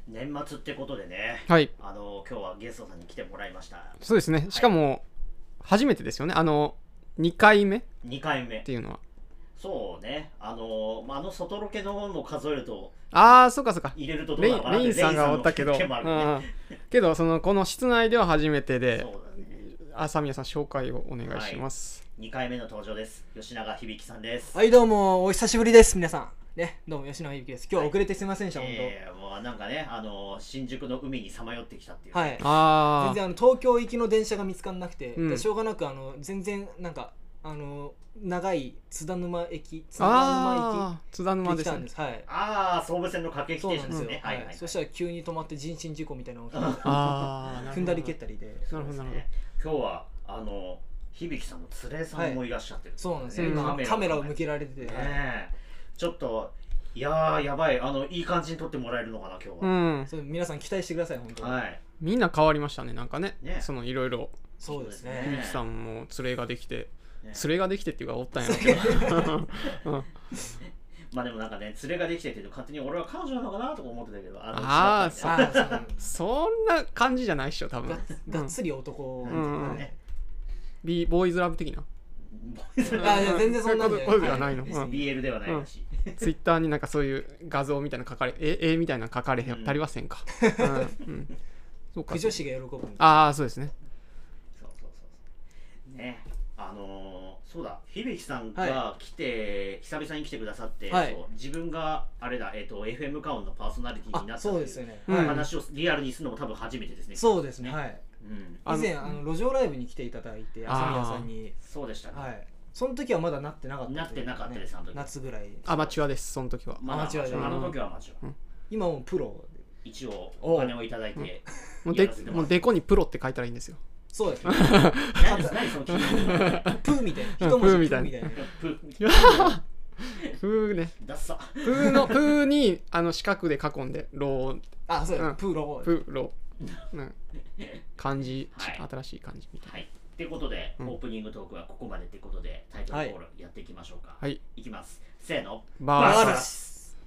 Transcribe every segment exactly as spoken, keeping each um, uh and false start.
年末ってことでね、 はい、 あの今日はゲストさんに来てもらいました。 そうですね。しかも、はい、初めてですよね。あのにかいめにかいめっていうのは。 そうね、あのあの外ロケのの数えると、 ああ、そうかそうか、 入れるとどうだろうなって。 レインさんがおったけど、ね、けどそのこの室内では初めてで、そうだね、朝宮さん紹介をお願いします。 はい、にかいめの登場です。吉永響さんです。 はい、どうもお久しぶりです。皆さんね、どうも吉永響です。今日は遅れてすみませんでした、はい、本当。 えー、もうなんかね、あの新宿の海にさまよってきたっていう、 ね、はい。あ全然あの東京行きの電車が見つからなくて、うん、しょうがなくあの全然なんかあの長い津田沼駅、津田沼駅津田沼ですね。はい。ああ、総武線の各駅停車ですね。 はい。そしたら急に止まって人身事故みたいなのが起きて、ああ、踏んだり蹴ったりで。 なるほどなるほど。 今日はあの響さんの連れさんもいらっしゃってる、ね。 そうなんですよ。今カメラを向けられてて、 ね、ちょっといやーやばい、あのいい感じに撮ってもらえるのかな今日は。 うん。それ皆さん期待してください本当に。 はい。 みんな変わりましたね、なんかね。ね、そのいろいろ。 そうですね。 響さんも連れができて。連れができてっていうかおったんやけどまあでもなんかね、連れができてって言うと勝手に俺は彼女なのかなとか思ってたけど、 ああ、そんな感じじゃないっしょ多分。 がっつり男ね、 ビボーイズラブ的な。 あいや全然そんなんじゃないの。 ビーエル ではないし。 ツイッターになんかそういう画像みたいな書かれ、絵絵みたいな書かれへんたりはせんか。 そうか。女子が喜ぶ。 ああそうですね。 そうそうそうね。あのー、そうだ、響さんが来て、はい、久々に来てくださって、はい、そう自分があれだ、えーと、エフエム カウンのパーソナリティになったという話をリアルにするのも多分初めてですね。 そうですね。はい。うん、以前あの路上ライブに来ていただいて、朝宮さんに。 そうでしたね。はい。 その時はまだなってなかった、ね。 なってなかったです、あの時。 夏ぐらい。 アマチュアです、その時は。 まあ、アマチュアで。あの時はアマチュア。うん、 今もプロ。 一応お金をいただいて、 うん、もうでもうデコにプロって書いたらいいんですよ。 そうですね。何そのプーみたいな。一文字みたいな。 プーね。プーのプーにあの四角で囲んでロー。 あ、そうです。プーロー。 プーロー。漢字、新しい漢字みたいな。 はい。ということでオープニングトークはここまでということでタイトルコールやっていきましょうか。はい。いきます。せーの。 バース。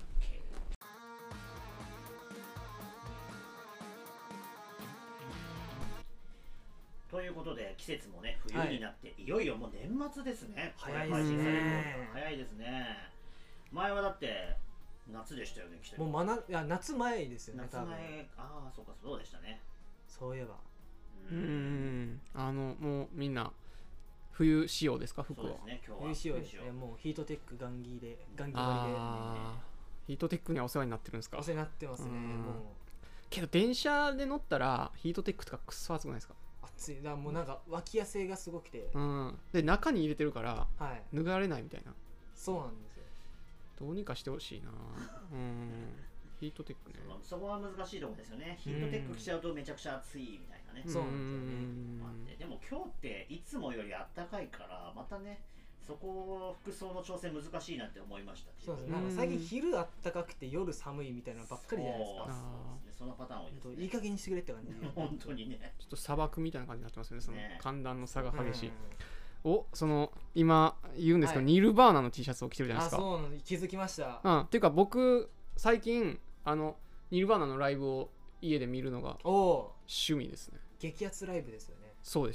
ということで季節もね冬になって、はい、いよいよもう年末ですね。 早いですね。 早いですね。前はだって夏でしたよね。 もうまないや夏前ですよね。 夏前、ああそうかそうでしたね。 そういえば。 うーんあのもうみんな冬仕様ですか服は。 そうですね。今日は冬仕様ですね。もうヒートテックガンギでガンギ割りで。 ヒートテックにはお世話になってるんですか。 お世話になってますね。もうけど電車で乗ったらヒートテックとかくっそ暑くないですか。 暑い。だからもうなんか脇汗がすごくて、 うん、で中に入れてるから、はい、脱がれないみたいな。 そうなんですよ。 どうにかしてほしいな。うんヒートテックね。 そこは難しいところですよね。ヒートテック着ちゃうとめちゃくちゃ暑いみたいなね。 そうなんですよね。 でも今日っていつもよりあったかいからまたね、そこ服装の調整難しいなって思いました。 そうですね。なんか最近昼あったかくて夜寒いみたいなばっかりじゃないですか。 そうですね。そのパターン多いですね。 いい加減にしてくれって感じ。 本当にね。 ちょっと砂漠みたいな感じになってますよね。その寒暖の差が激しい。お、その今言うんですけど、はい、ニルバーナの T シャツを着てるじゃないですか。 あ、そうなの。気づきました。 うん。っていうか僕最近あのニルバーナのライブを家で見るのが趣味ですね。 激アツライブですよね。 そうです。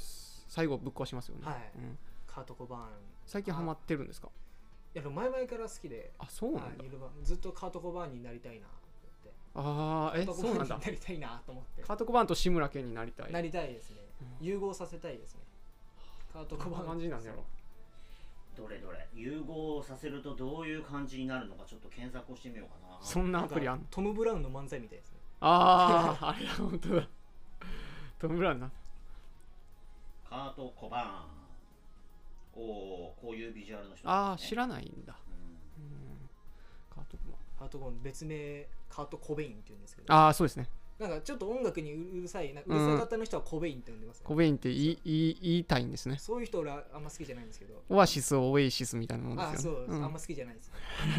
最後ぶっ壊しますよね。 はい。うん、カート・コバーン。 最近ハマってるんですか。 いや前々から好きで。 あ、そうなんだ。 ずっとカート・コバーンになりたいな。 ああ、え、そうなんだ。 なりたいなと思って。 カート・コバーンと志村けんになりたい。 なりたいですね。融合させたいですね。カート・コバーン。 感じなんだろう。どれどれ融合させるとどういう感じになるのかちょっと検索をしてみようかな。 そんなアプリあんの。 トム・ブラウンの漫才みたいですね。 ああ、あれだ本当だ。トム・ブラウンな。 カート・コバーン。おお、こういうビジュアルの人、 ね。ああ、知らないんだ。うんうん、 カート・コバーン。カート・コバーン別名カート・コベインって言うんですけど。 ああ、そうですね。 なんかちょっと音楽にうるさい、うるさかったの人はコベインって呼んでますね。 コベインって言い、言い、言いたいんですね。 そういう人俺はあんま好きじゃないんですけど。 オアシスをオエイシスみたいなもんですよね。 あ、そうです、うん、あんま好きじゃないです。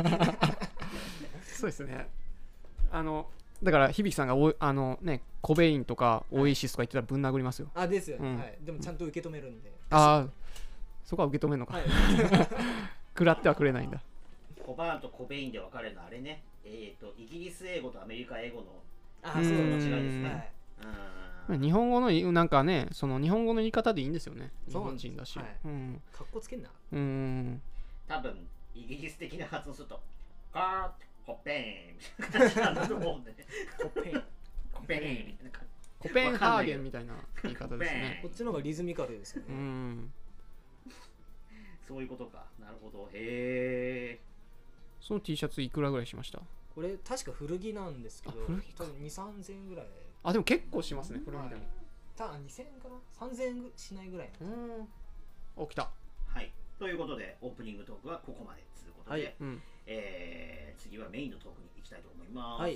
そうですね。あのだから響さんがおあのねコベインとかオエイシスとか言ってたらぶん殴りますよ。 あ、ですよね、うん、はい。でもちゃんと受け止めるんで。 ああ、そこは受け止めるのか。はい、食らってはくれないんだ。 コバーンとコベインで分かれるのあれね。えっとイギリス英語とアメリカ英語のあそう間違いですね、 はいうん、日本語のなんかねその日本語の言い方でいいんですよね。日そう本人だし、 はいうん、 かっこつけんな。 うん多分イギリス的な発音するとカーッコペーンみたいな感じなんだと思うんでねコペンコペーンみたいな感じコペンハーゲンみたいな言い方ですね。 こっちの方がリズミカルですよね。 うんそういうことか。なるほど。へえ。 その T シャツいくらぐらいしました？ これ確か古着なんですけど、 あ古着か多分に、さんぜんえんぐらい。 あでも結構しますね古着でも、 ただにせんえんかな、さんぜんえんしないぐらい。 うん起きた。 はいということでオープニングトークはここまでということで、 はいうん、 えー、次はメインのトークに行きたいと思います。 はい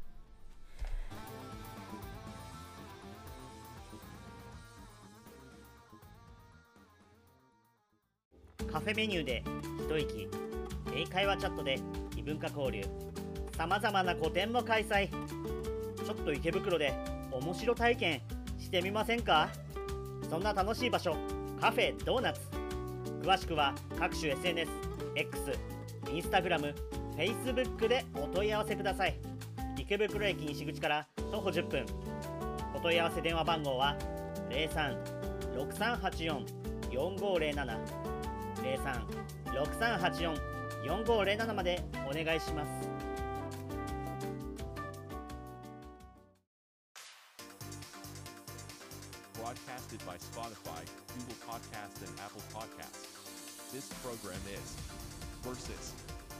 カフェメニューで一息、英会話チャットで異文化交流、さまざまな個展も開催。ちょっと池袋で面白体験してみませんか？そんな楽しい場所、カフェドーナツ。詳しくは各種 エスエヌエス、X、Instagram、Facebook でお問い合わせください。池袋駅西口から徒歩じゅっぷん。お問い合わせ電話番号はゼロさん ろくさんはちよん よんごゼロなな ゼロさん ろくさんはちよん よんごゼロななまでお願いします。 Broadcasted by Spotify, Google Podcast, and Apple Podcasts. This program is Versus.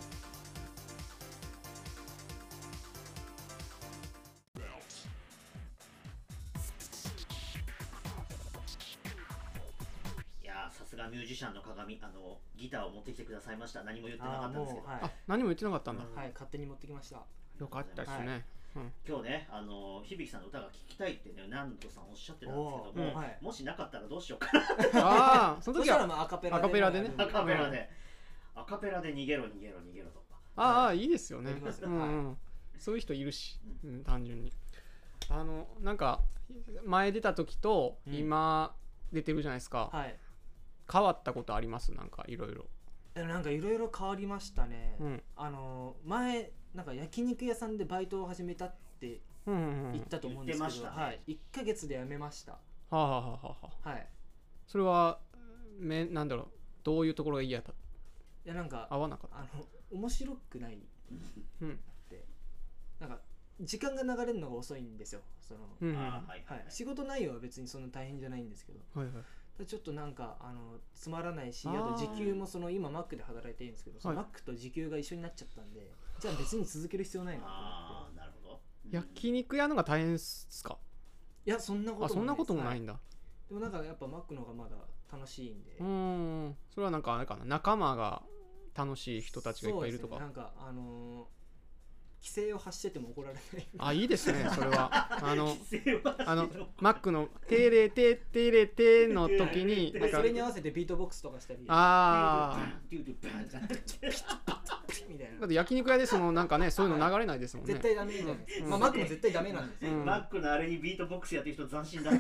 いやーさすがミュージシャンの鏡、あのギターを持ってきてくださいました。何も言ってなかったんですけど、 あ、はい、 あ何も言ってなかったんだ、 はい、勝手に持ってきました。 よかったですね、 はいうん、 今日ね、あの響さんの歌が聴きたいってね、南度さんおっしゃってたんですけども、 うんはい、 もしなかったらどうしようかなああそのそしたら時はまあアカペラで、 アカペラでねアカペラで、アカペラで逃げろ逃げろ逃げろとか。 ああいいですよね、 やりますようんうんはそういう人いるし、うん、単純にあのなんか前出た時と今出てるじゃないですか、 はい。 変わったことあります？なんかいろいろ。 えなんかいろいろ変わりましたね。 うんあの前なんか焼肉屋さんでバイトを始めたってうんうんうん言ったと思うんですけど、 言ってましたねはい、いっかげつで辞めました。 はあ、はあはあはあ、 はい。 それはめなんだろうどういうところが嫌だった？ いやなんか合わなかった？ あの面白くないうんってなんか時間が流れるのが遅いんですよ。その、 うんうんうんあーはいはいはい、仕事内容は別にそんな大変じゃないんですけど、 はいはいちょっとなんかあのつまらないし、 あーあと時給もその今マックで働いてるんですけど、そのはいマックと時給が一緒になっちゃったんで、じゃあ別に続ける必要ないなと思って。 ああなるほど。 焼肉屋のが大変っすか？ いやそんなこともあそんなこともないはいんだ、 でもなんかやっぱマックの方がまだ楽しいんで、 うーんそれはなんかあれかな仲間が楽しい人たちがいっぱいいるとか、 そうですね、なんかあのー規制を発してても怒られないあいいですねそれはあの規制はあのマックの「テレテテレテ」の時になんかでそれに合わせてビートボックスとかしたりああデューデューバンじゃなくてみたいなだって焼肉屋でそのなんかねそういうの流れないですもんね絶対ダメじゃないですか、 うんまあ、マックも絶対ダメなんですよ、 うんマックのあれにビートボックスやってる人斬新だ。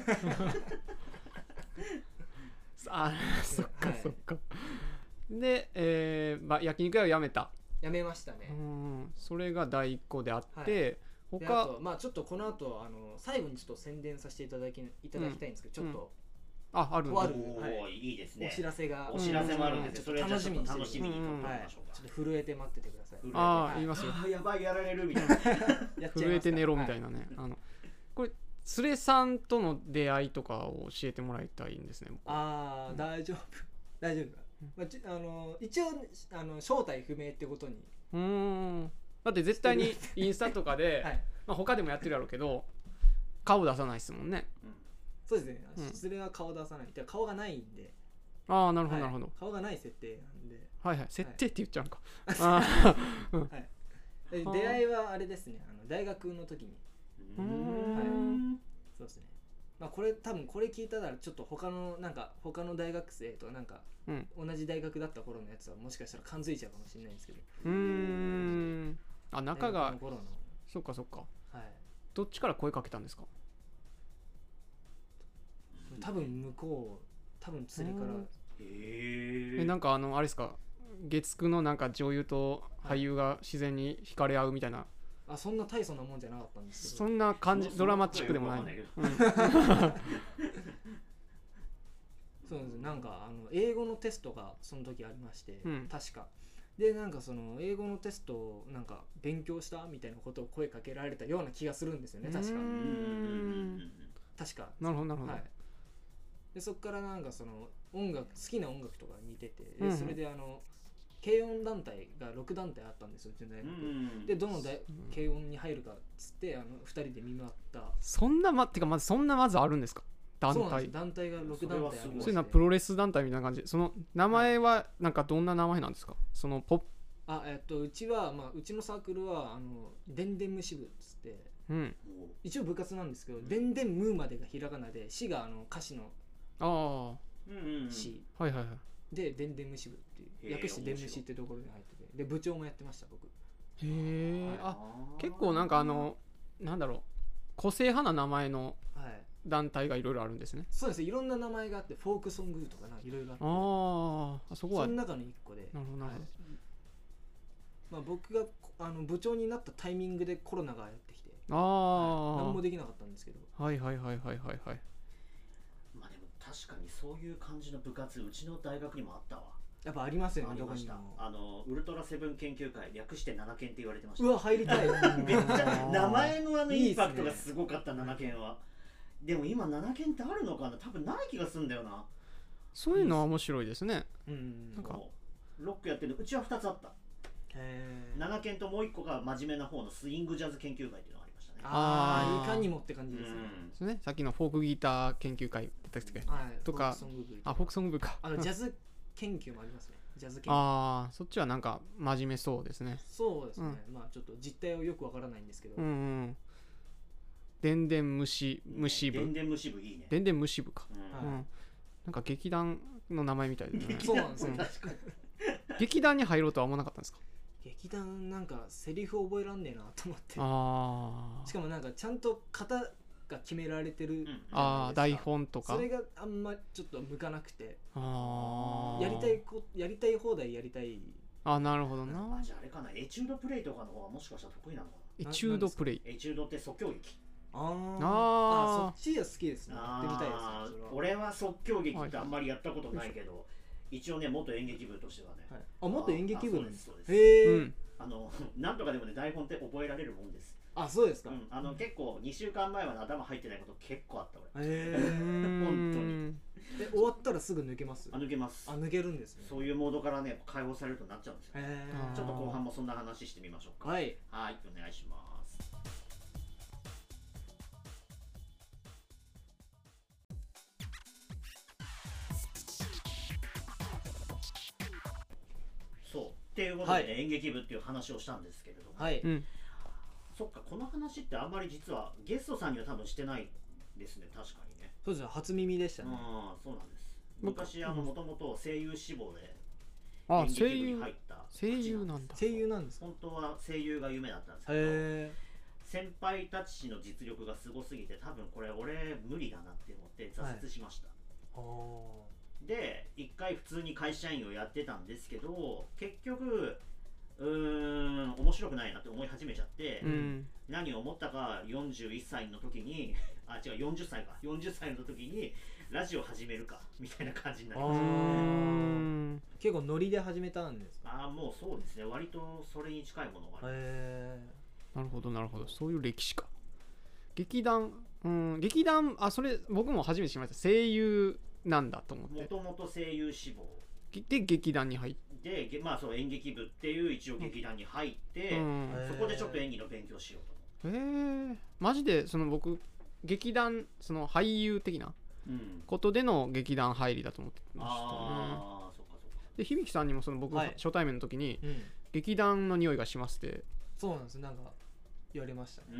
あそっかはいそっかで、えーまあ、焼肉屋を辞めたやめましたうね、 んそれが第一個であって、 はいであ他とまあちょっとこの後あの最後にちょっと宣伝させていただきいただきたいんですけど、ちょっとああるんだとあるおー、 はいいいですね。 お知らせが、 お知らせもあるんですよ。 うんそれはじゃあちょっと楽しみにうん撮ってはいみましょうか。 ちょっと震えて待っててください、 震えてああ、 はい言いますよあーやばいやられるみたいな。 やっちゃいます震えて寝ろみたいな、 なね、あのこれ連れさんとの出会いとかを教えてもらいたいんですね僕ああ、大丈夫大丈夫か、まあ、ちあの一応あの正体不明ってことに、 うーんだって絶対にインスタとかで、 はい、 まあ、他でもやってるやろうけど顔出さないですもんね。 そうですね、 うんそれは顔出さないてか顔がないんで、 ああなるほどはいなるほど、 顔がない設定なんで、 はい、はい設定って言っちゃうのか、あはい、ではあ出会いはあれですね、あの大学の時に、 ーうーうんんそうですね、まあ、これ多分これ聞いたらちょっと他のなんか他の大学生となんかうん同じ大学だった頃のやつはもしかしたら感づいちゃうかもしれないんですけど、 うーんあ仲が大学の頃の、 そっかそっかはい、 どっちから声かけたんですか？ 多分向こう多分連れから、 うんへえ。 えなんかあのあれですか月9のなんか女優と俳優が自然に惹かれ合うみたいなあそんな大層なもんじゃなかったんですけど、 そんな感じドラマチックでもない。 そうです。なんかあの英語のテストがその時ありまして、 うん、 確かでなんかその英語のテストをなんか勉強したみたいなことを声かけられたような気がするんですよね。確か確かなるほどなるほど、 はい、でそこからなんかその音楽好きな音楽とか似てて、でそれであの軽音団体がろく団体あったんですよ、うちの大学、うん、でどの大軽音に入るかっつってあのふたりで見回った。 そんなまってかまずそんなまずあるんですか、団体。 団体がろく団体ありまして、 そういうのはプロレス団体みたいな感じ。その名前はなんかどんな名前なんですか、そのポップ。 あ、えっとうちは、まあ、うちのサークルはあのでんでんむし部っつって、うん、一応部活なんですけど、でんでんむまでがひらがなで、しがあの歌詞のし、 はいはいはい。 ででんでんむし部っていう略してでんむしってところに入ってて、で部長もやってました僕。へえ、はい、あ結構なんかあのなんだろう、個性派な名前の団体がいろいろあるんですね。 そうですね、いろんな名前があって、フォークソングとかないろいろあって、 ああそこはその中の一個で。 なるほどなるほど、はい、 まあ、僕があの部長になったタイミングでコロナがやってきて、 ああ、 はい、何もできなかったんですけど。 はいはいはいはいはいはい。 まあでも確かにそういう感じの部活うちの大学にもあったわ。 やっぱありますよね。 ありました。あのウルトラセブン研究会、略してななけんって言われてました。 うわ入りたい。 めっちゃ名前のあのインパクトがすごかった。ななけんは。でも今ななけんってあるのかな、多分ない気がするんだよな。 そういうのは面白いですね。 うん、 なんかロックやってるのうちはふたつあった。ななけんともういっこが真面目な方のスイングジャズ研究会っていうのがありましたね。 ああ、いかにもって感じですね。 うん、ね、さっきのフォークギター研究会とか、あ、フォークソング部か。 あのジャズ研究もありますね。ジャズ研究。 ああ、そっちはなんか真面目そうですね。 そうですね。うん、まあちょっと実態はよくわからないんですけど。 うんうん。でんでん虫虫部。 でんでん虫部いいね。 でんでん虫部か。 うん。 なんか劇団の名前みたいですね。 そうなんですよ。確かに。 劇団に入ろうとは思わなかったんですか。 劇団なんかセリフ覚えらんねえなと思って。 ああ。 しかもなんかちゃんと型が決められてる、うん、 ああ台本とかそれがあんまちょっと向かなくて、 あやりたいこやりたい放題やりたい。 あ、なるほどな。 あ、じゃああれかな、エチュードプレイとかの方がもしかしたら得意なのかな。 エチュードプレイ。 エチュードって即興劇。 ああ、そっちは好きですね。やってみたいですね。 俺は即興劇ってあんまりやったことないけど、はい、一応ね元演劇部としてはね、 はい、あ元演劇部なんです。 そうです。 へえ、うん、 あのなんとかでもね台本って覚えられるもんです。 あ、そうですか。 うん、あの結構にしゅうかんまえは頭入ってないこと結構あった俺。 へえ本当に。 で終わったらすぐ抜けます。 あ、抜けます。 あ、抜けるんですね。 そういうモードからね解放されるとなっちゃうんですよ。ちょっと後半もそんな話してみましょうか。 はい、 はい、お願いします。そうっていうことで、ね、はい、演劇部っていう話をしたんですけれども、 はい、うん、 そっか、この話ってあんまり実はゲストさんには多分してないですね。確かにね。 そうですね、初耳でしたね。 ああ、そうなんです。昔あのもともと声優志望で演劇部に入った声優なんだ。 声優なんです。 本当は声優が夢だったんですけど、先輩たちの実力がすごすぎて多分これ俺無理だなって思って挫折しました。はい、で一回普通に会社員をやってたんですけど、結局うーん面白くないなって思い始めちゃって、うん、何を思ったかよんじゅういっさいの時にあ違うよんじゅっさいかよんじゅっさいの時にラジオ始めるかみたいな感じになりましたね。 結構ノリで始めたんですか。 ああ、もうそうですね、割とそれに近いものがあります。 へー、なるほどなるほど、そういう歴史か。劇団、うん、劇団、あ、それ僕も初めて知りました。声優なんだと思って。 もともと声優志望で劇団に入ってで、まあ、そう演劇部っていう一応劇団に入って、うん、そこでちょっと演技の勉強しようと思って。 へえ、マジでその僕劇団その俳優的なことでの劇団入りだと思ってましたね。 ああ、そうかそうか。 で響さんにもその僕、はい、初対面の時に、うん、劇団の匂いがしますって。 そうなんです、なんか言われましたね。うん、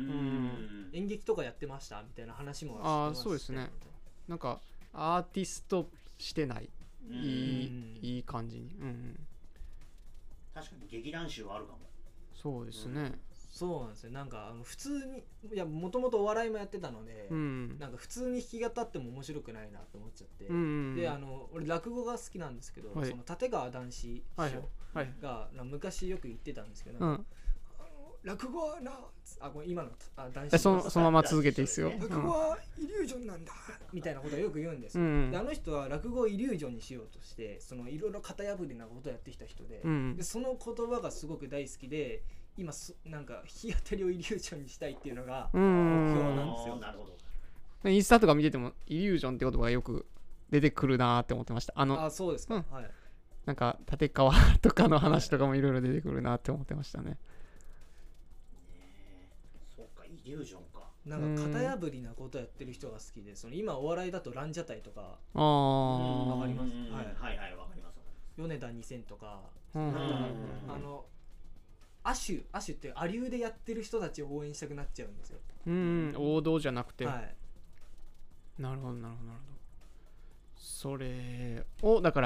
演劇とかやってましたみたいな話もしてました。 ああ、そうですね。なんかアーティストしてないいい、いい感じに、うん、 確かに劇団集はあるかも。 そうですね、うん、 そうなんですよ。なんかあの普通にいやもともとお笑いもやってたので、うん、なんか普通に弾き語っても面白くないなと思っちゃって、うん、であの俺落語が好きなんですけど、はい、その立川談志師匠が、はいはい、昔よく言ってたんですけど、うん、あの落語はなあこれ今のあ男子 そ, のそのまま続けていいですよ。 落語はイリュージョンなんだみたいなことをよく言うんですよ、 うん、 であの人は落語をイリュージョンにしようとしてそのいろいろ型破りなことをやってきた人 で,、 うん、 でその言葉がすごく大好きで今なんか弾き語りをイリュージョンにしたいっていうのが目標なんですよ。 なるほど。インスタとか見ててもイリュージョンって言葉がよく出てくるなって思ってました。あのあそうですか、 うん、 はい、 なんか立川とかの話とかもいろいろ出てくるなって思ってましたね。 そうか、イリュージョンか。 なんか型破りなことやってる人が好きで、その今お笑いだとランジャタイとかああわかります、 はいはいはいわかります。 米田にせんとか、 うん、 あのアシュアシュってアリューでやってる人たちを応援したくなっちゃうんですよ。 うん、王道じゃなくて、 はい、 なるほどなるほどなるほど。それをだから、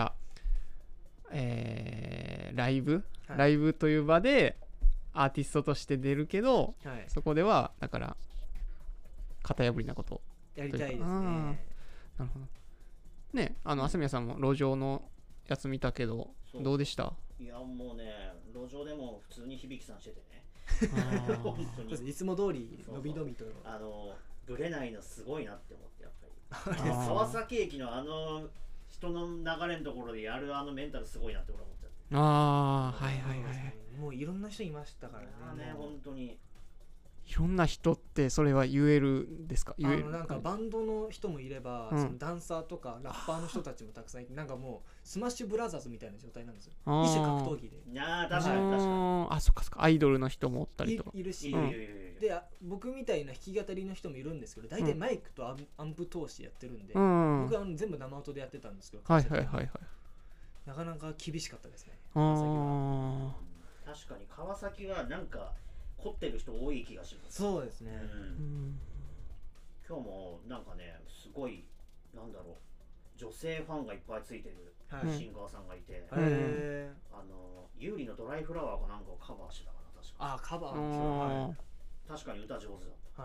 えー、ライブ、はい、ライブという場でアーティストとして出るけど、はい、そこではだから型破りなことやりたいですね。 なるほどね。あの朝宮さんも路上のやつ見たけどどうでした？ いやもうね、路上でも普通に響さんしててね本当にいつも通り伸び伸びとあのブレないのすごいなって思って、やっぱり川崎駅のあの人の流れのところでやるあのメンタルすごいなって俺は思っちゃって。 ああはいはいはい。 もういろんな人いましたからね。 ね、本当にいろんな人ってそれは言えるんですか？言える。 あのなんかバンドの人もいれば、うん、そのダンサーとかラッパーの人たちもたくさんいて、なんかもうスマッシュブラザーズみたいな状態なんですよ。一種格闘技で。 いや確かに確かに。 あ、そっかそっか。アイドルの人もおったりとかい, いるし、 うん、 で僕みたいな弾き語りの人もいるんですけど、大体マイクとアン,、アンプ通してやってるんで、 うん、 僕は全部生音でやってたんですけど、 はいはいはいはい。 なかなか厳しかったですね。 川崎は確かに川崎はなんか凝ってる人多い気がします。 そうですね、 うん、今日もなんかねすごいなんだろう女性ファンがいっぱいついてるシンガーさんがいて、 はい、へあのユーリのドライフラワーかなんかをカバーしてたかな確か。 あカバーですよ、はい、 確かに歌上手だった。 はい、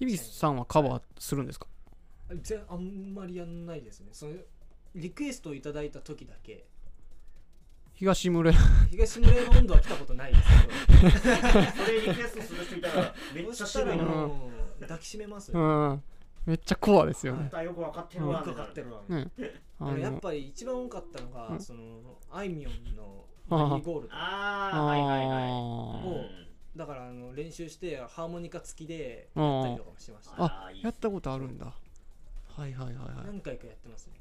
響さんはカバーするんですか？ あんまりやんないですね。そのリクエストをいただいた時だけ。 東村東村の温度は来たことないですけどそれリクエストする人いたらめっちゃ渋いな。 抱きしめますよ、 ね、うん、めっちゃコアですよね。 よく分かってるわ、 よく分かってるわ、 ね、 やっぱり一番多かったのが、うん、そのあいみょんのマリーゴールド、 ああはいはいはいをだからあの練習してハーモニカ付きでやったりとかもしました。 あ、やったことあるんだ。はいはいはいはい。 何回かやってますね。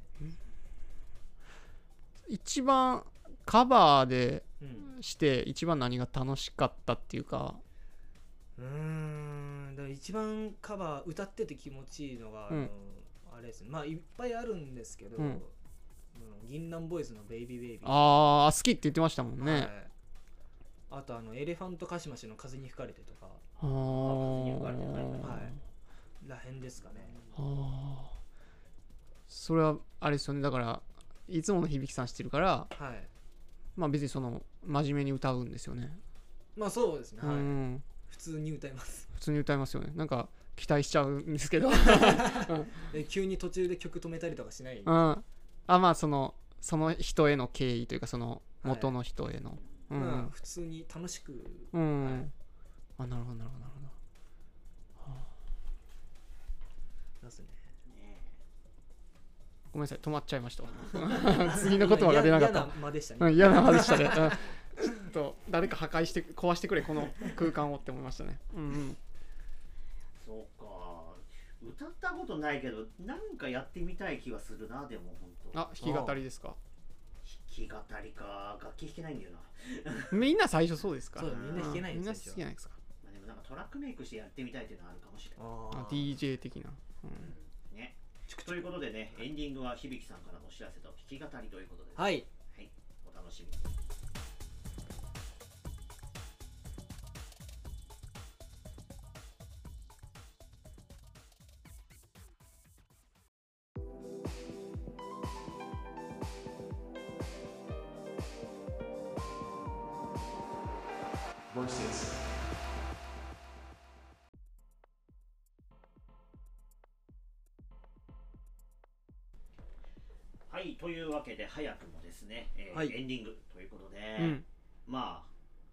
一番カバーでして一番何が楽しかったっていうか、 うーんだから一番カバー歌ってて気持ちいいのが、うん、あのあれですね、まあいっぱいあるんですけど、うん、銀杏ボーイズのベイビーベイビー、 ああ好きって言ってましたもんね、 はい、あとあのエレファントカシマシの風に吹かれてとか、 あ風に吹かれて、はいはいらへんですかね。 あそれはあれですよね。だからいつもの響さんしてるから、 はい、 まあ別にその真面目に歌うんですよね。 まあそうですね、はい、 うん、 普通に歌います。 普通に歌いますよね。なんか期待しちゃうんですけどで急に途中で曲止めたりとかしない、 うん、あまあそのその人への敬意というかその元の人への、はい、うん、 まあ普通に楽しく、 うん、はい、あなるほどなるほどなるほど、はあ、ですね。 ごめんなさい止まっちゃいました次の言葉が出なかった。 嫌な間でしたね、 うん、嫌な間でしたね、うん、ちょっと誰か破壊して壊してくれこの空間をって思いましたね。うんうん、 そうか歌ったことないけどなんかやってみたい気はするな。でも本当あ弾き語りですか？ 弾き語りか楽器弾けないんだよなみんな最初そうですか？ そうみんな弾けないんですよ。 みんな弾けないですか？ まあ、でもなんかトラックメイクしてやってみたいっていうのはあるかもしれない。 あ ディージェー 的な、うんうん、ね。ということでね、エンディングは響さんからのお知らせと弾き語りということで、ね、 はい、 はい、お楽しみに。Versusはい、というわけで早くもですね、えーはい、 エンディングということで、 うん、 まあ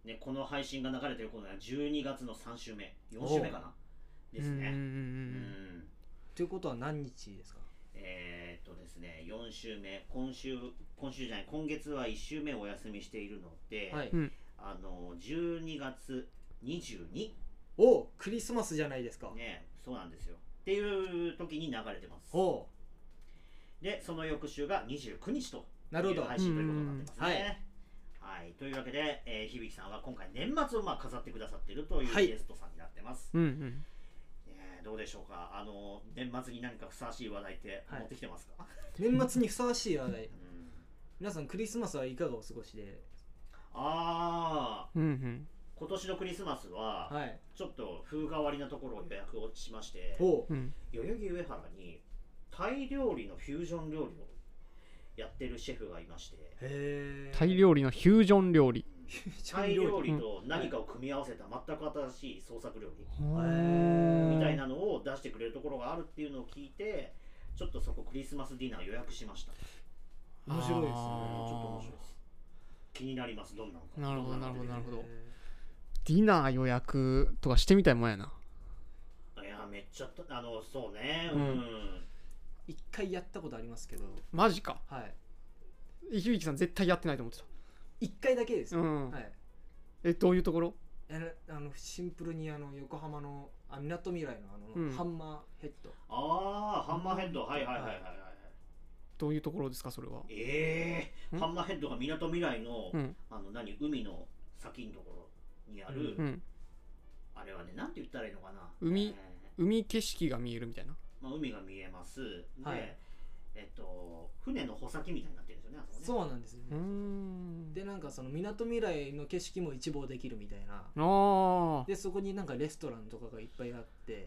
ね、この配信が流れてる頃はじゅうにがつのさん週目よん週目かなですね。 うんうんうんうんということは何日ですか？ えー、っとですねよん週目今週今週じゃない今月はいち週目お休みしているので、 はい、 うんあのじゅうにがつにじゅうにおクリスマスじゃないですか。 ね、そうなんですよっていう時に流れてます。 おでその翌週がにじゅうくにちとなるほどいう配信ということになってますね。 はいはい、というわけで、えー、響さんは今回年末をまあ飾ってくださっているというはいゲストさんになってます。 うんうんえーどうでしょうか、あの年末に何かふさわしい話題って持ってきてますか？ 年末にふさわしい話題。 うん、 皆さんクリスマスはいかがお過ごしで？ ああうんうん今年のクリスマスははい。 ちょっと風変わりなところを予約をしまして、 おうん代々木上原にタイ料理のフュージョン料理をやってるシェフがいまして、 へえ。 タイ料理のフュージョン料理。 タイ料理と何かを組み合わせた全く新しい創作料理へみたいなのを出してくれるところがあるっていうのを聞いて、ちょっとそこクリスマスディナー予約しました。 面白いですね。 ちょっと面白いです。気になります。どんなのか。 なるほどなるほどなるほど。 へディナー予約とかしてみたいもんやな。 いやめっちゃあのそうね。 ううんん。 ー一回やったことありますけど、 マジか。 はい。 ひびきさん絶対やってないと思ってた。 一回だけですよ。 うんはい。 え、どういうところ？ あのあのシンプルにあの横浜のあみなとみらいのあの、 うんハンマーヘッド。 ああハンマーヘッド、はいはいはいはいはい。 どういうところですかそれは？ ええんハンマーヘッドがみなとみらいの、 うんあの何海の先のところにある、 うん。 あれはねなんて言ったらいいのかな。 海えー海景色が見えるみたいな。 まあ、海が見えます。で、 はいえっと船の穂先みたいになってるんですよね。あそこねそうなんですよね。 うーん。 でなんかそのみなとみらいの景色も一望できるみたいな。 ああ。 でそこになんかレストランとかがいっぱいあって。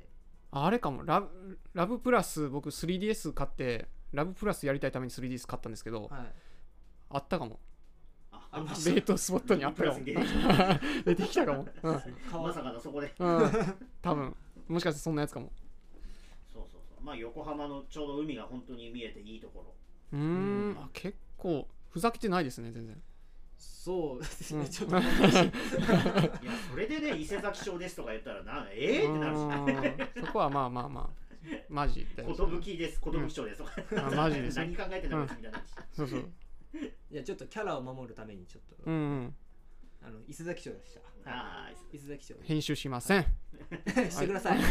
あれかもラブラブプラス僕 スリーディーエス 買ってラブプラスやりたいために スリーディーエス 買ったんですけど、 はい。 あったかも。 あありましたデートスポットにあったかも。 出てきた出てきたかも。うん。 まさかのそこで。 うん、多分もしかしてそんなやつかも。 そうそうそう。まあ横浜のちょうど海が本当に見えていいところ。 うーん、あ結構ふざけてないですね全然。 そうですね、 うんちょっと難しい。 いやそれでね伊勢崎町ですとか言ったらなええー、ってなるし。 うんそこはまあまあまあマジで。 寿です寿町ですとか。 あマジです何考えてんだろうみたいな。 そうそう。 いやちょっとキャラを守るためにちょっと、 うんうん。 あの伊勢崎町でした。 あ伊勢崎町編集しません。 してください。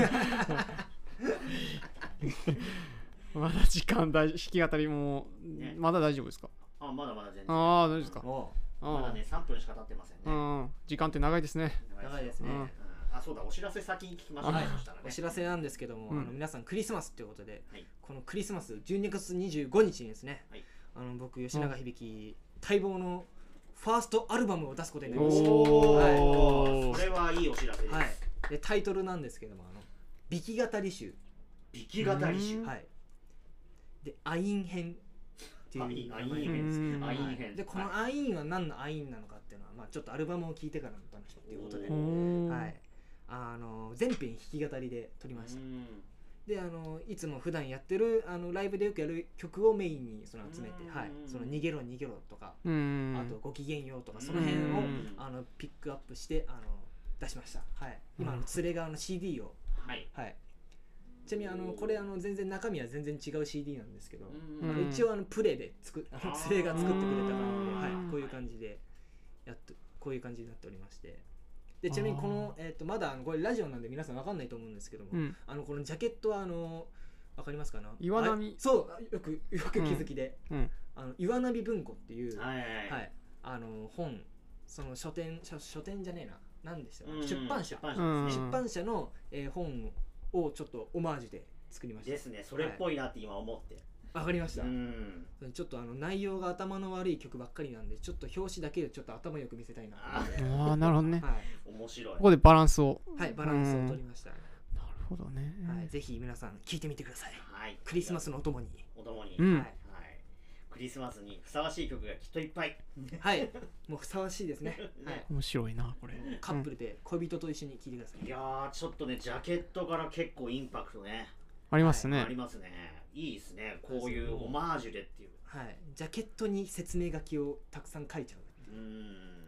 まだ時間大弾き語りも、 ねまだ大丈夫ですか？ あまだまだ全然。 ああ大丈夫ですか？ おまだねさんぷんしか経ってませんね。 うん、時間って長いですね。 長いですね。 うんあそうだお知らせ先に聞きましょう。 はいそしたらね。 お知らせなんですけども、 うんあの皆さんクリスマスということで、 はいこのクリスマスじゅうにがつにじゅうごにちにですね、 はいあの僕吉永響待望のファーストアルバムを出すことになりました。 おはいお、それはいいお知らせです。 はい、でタイトルなんですけども、あの弾き語り集、 弾き語り集。 はい、でアイン編っていうアインアイン名前編ですうんね。アインはい編。 でこのアインは何のアインなのかっていうのは、まあ、ちょっとアルバムを聴いてからの話っていうことで、 おうんはい、あの全編弾き語りで撮りました。 うんであのいつも普段やってるあのライブでよくやる曲をメインにその集めて、 うんはい、その逃げろ逃げろとか、 うん。 あとごきげんようとかその辺をうんあのピックアップしてあの出しました。はい、今あの連れ側の シーディー を、 はい。 はい、ちなみにあのこれあの全然中身は全然違う シーディー なんですけど、 うんあの一応あのプレで作あのあー連れが作ってくれた感じで、はい、こういうはい感じでやっとこういう感じになっておりまして。でちなみにこの、えー、とまだあのこれラジオなんで皆さん分かんないと思うんですけども、 うん。 あのこのジャケットはあのわかりますかな、 岩波あそうよくよく気づきで、 うん。 あの岩波文庫っていう、 はいはいはい、あの本その書店書書店じゃねえな何でしたか、 うん出版社出版社ですね出版社の、えー本をちょっとオマージュで作りました。 ですね。それっぽいなって今思って。 わかりました、 うん。 ちょっとあの内容が頭の悪い曲ばっかりなんでちょっと表紙だけでちょっと頭よく見せたいなと思ってああなるほどね。 は面白いこ。こでバランスを。 い、はい、バランスを取りました、 なるほどね。 はい、ぜひ皆さん聞いてみてください。 はい。 クリスマスのお供に、 お供に。 うんはいはい。クリスマスにふさわしい曲がきっといっぱい。 はい、もうふさわしいですね。はい、 面白いなこれ。 カップルで恋人と一緒に聴いてください。 いやーちょっとねジャケットから結構インパクトね。 ありますあねり。ますね。いいですね。こういうオマージュでっていう。 はい、ジャケットに説明書きをたくさん書いちゃう。 うん。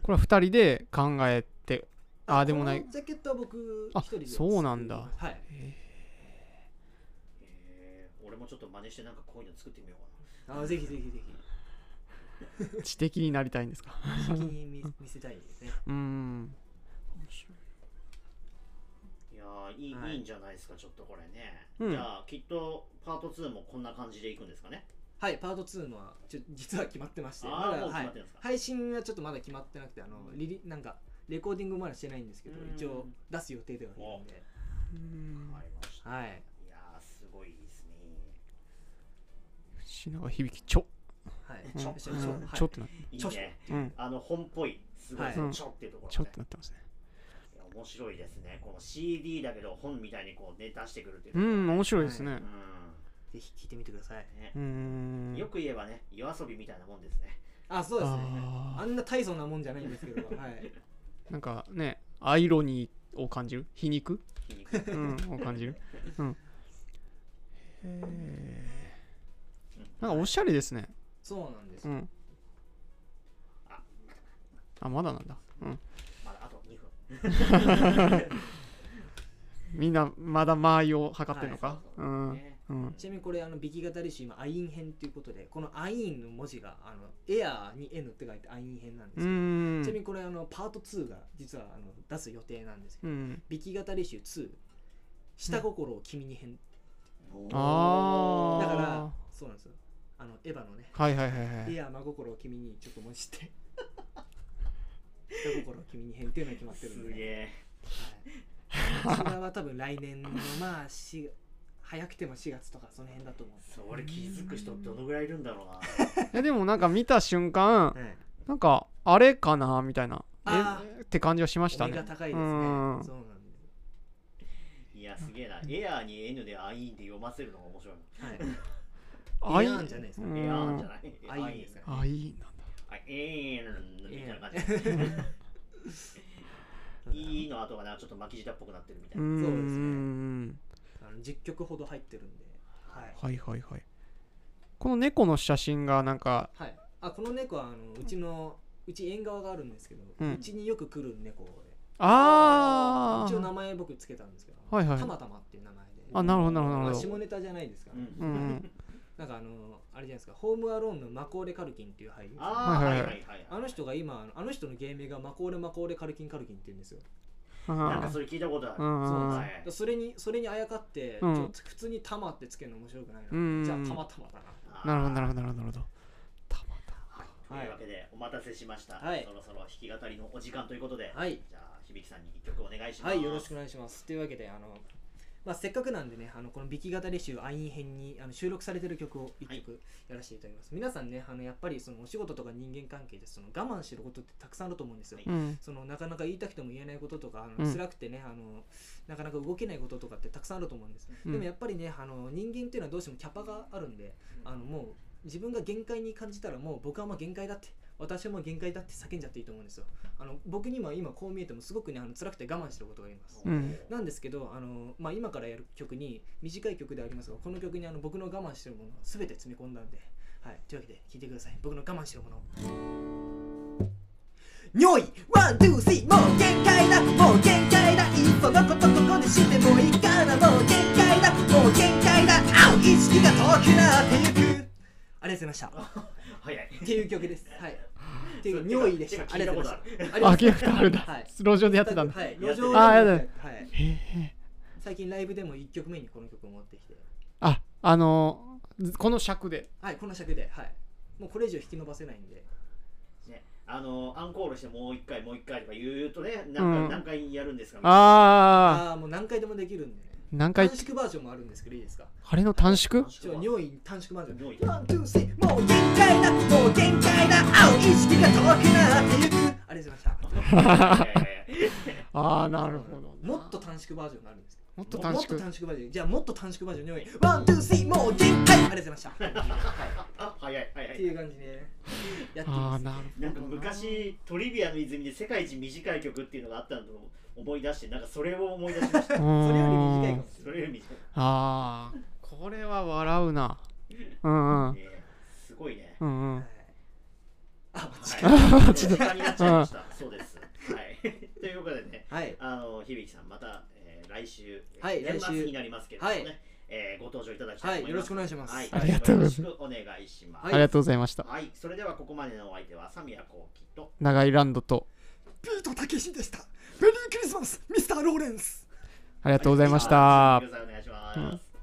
これはふたりで考えて、ああでもない。 このジャケットは僕あ一人でそうなんだ。 はい。 えー、俺もちょっと真似してなんかこういうの作ってみようかな。 あぜひぜひぜひ。 知的になりたいんですか。 先に 見, 見せたいですね。 うーん。 いやーいい、はい、いいんじゃないですか、ちょっとこれね。 うん、 じゃあきっとパートツーもこんな感じでいくんですかね。 はい、パートツーのはちょ実は決まってまして、 あまだもう決まってるんですか、 はい、配信はちょっとまだ決まってなくて、あのリリなんかレコーディングまだしてないんですけど、一応出す予定ではいるんで。 うんわかりました。 はい。 いやーすごいですね。 品川響きちょ。 はい。 うん、 ちょちょちょ、はい、 ちょってなっていいね、 うん、 あの本っぽいすごい、はい、ちょっていうところ、ね、 ちょってなってますね。 いや面白いですね。この シーディー だけど本みたいにこうね出してくるっていう。 うん面白いですね。はい、うんぜひ聞いてみてください、 ね、うんよく言えばね夜遊びみたいなもんですね。 あそうですね。 あ, あんな大層なもんじゃないんですけどはいなんかねアイロニーを感じる皮肉皮肉、うん、を感じる、うん、へなんかおしゃれですね。 そうなんです、 うん、あ, あまだなんだ、うん、 まだあとにふんみんなまだ間合いを測ってるのか。 ちなみにこれあのビキ語り集今アイン編ということで、このアインの文字があのエアーに N って書いてアイン編なんですけど、ちなみにこれあのパートツーが実はあの出す予定なんですけど、ビキ語り集ツー下心を君に編、うん、あだからそうなんですよ、あのエヴァのね、 はいはいはいはい、 エアー真心を君にちょっと文字して下心を君に編っていうのが決まってるんで、すげえ、はい、こちらは多分来年のまあし早くてもしがつとかその辺だと思う。 それ気づく人どのぐらいいるんだろうな。 いやでもなんか見た瞬間、はい、なんかあれかなみたいなえって感じはしましたね。 お目が高いですね。そうなんです。 いやすげえな。エアーに N でアイーンで読ませるのが面白い。 はい。エアーンじゃないですか。 エアーンじゃない。 アイーンですか。 アイーンなんだ。 アイーンみたいな感じ。いいの後がなちょっと巻き舌っぽくなってるみたいな。 そうですね。あのじゅっきょくほど入ってるんで、 はい、はいはいはい。この猫の写真がなんか、 はい、あこの猫はあのうちのうち縁側があるんですけど、うち、ん、によく来る猫で、 ああ一応名前僕つけたんですけど、 はいはい、 たまたまっていう名前で、 あなるほどなるほど、まあ、 下ネタじゃないですから、ね、うんうん、なんかあのあれじゃないですか、ホームアローンのマコーレ・カルキンっていう俳優、 あはいはいはい、 あの人が今あの人の芸名がマコーレ・マコーレ・カルキン・カルキンって言うんですよ。 なんかそれ聞いたことある。 そうです。それにそれにあやかって、うん、ちょ普通にタマってつけるの面白くないな。うん、じゃあたまたまだな。なるほどなるほどなるほど。 たまたま。というわけでお待たせしました。はい、そろそろ弾き語りのお時間ということで、はい、じゃあ響さんに一曲お願いします。 はい、よろしくお願いします。というわけであの。まあ、せっかくなんでね、あのこのビキ語り集アイン編にあの収録されてる曲をいっきょくやらせていただきます。はい、皆さんね、あのやっぱりそのお仕事とか人間関係でその我慢してることってたくさんあると思うんですよ。はい、そのなかなか言いたくても言えないこととか、あの辛くてね、あのなかなか動けないこととかってたくさんあると思うんです。うん、でもやっぱりね、あの人間っていうのはどうしてもキャパがあるんで、あのもう自分が限界に感じたらもう僕はもう限界だって。私はもう限界だって叫んじゃっていいと思うんですよ。あの僕にも今こう見えてもすごくねあの辛くて我慢してることがあります。うん、なんですけどあの、まあ、今からやる曲に短い曲でありますがこの曲にあの僕の我慢してるものを全て詰め込んだんで、はい、というわけで聴いてください。僕の我慢してるもの。尿意ワン、ツー、スリーもう限界だもう限界だいっそのことここでしてもいいかなもう限界だもう限界だあう意識が遠くなってゆく。ありがとうございました。 早いっていう曲です。はい。っていう尿意でした。 ありがとうございます。あ、聞いたことあるんだ。はい。路上でやってたんだ。 はい。路上で。あ、やだ。はい。最近ライブでもいっきょくめにこの曲を持ってきて。 あ、あのこの尺で。 はい、この尺で、はい。もうこれ以上引き伸ばせないんで。 ね、あのアンコールしてもう一回もう一回とか言うとね、何回何回やるんですか。 ああ、もう何回でもできるんでね。 何回短縮バージョンもあるんですけどいいですか。 あれの短縮？ 尿意短縮バージョン。ワン、ツー、スリーもう限界だもう限界だ青意識が遠くなってゆく。ありがとうございました。 ああなるほど。 もっと短縮バージョンがあるんです。 もっと短縮。 もっと短縮バージョン。じゃあもっと短縮バージョン尿意。ワン、ツー、スリーもう限界。ありがとうございました。 あ早い早い。 っていう感じでやってます。あなるほど。 なんか昔トリビアの泉で世界一短い曲っていうのがあったのを思い出してなんかそれを思い出しました。それより短いかも。 それより短い。 ああこれは笑うな。うんうん。 すごいね。 うんうん。 あはい、時間になっちゃいましたそうですはいということでね、 はい、 あの響さんまた、えー、来週、 はい、 年末になりますけれどもね、 はい、 えー、ご登場いただきたいと思います、 はい、よろしくお願いします、 はい、 ありがとうございます。 よろしくお願いします、 ありがとうございました。 はい、それではここまでのお相手はサミヤコウキと長井ランドとピートたけしでした。メリークリスマスミスターローレンス。 ありがとうございました。 はい、お願いします、 うん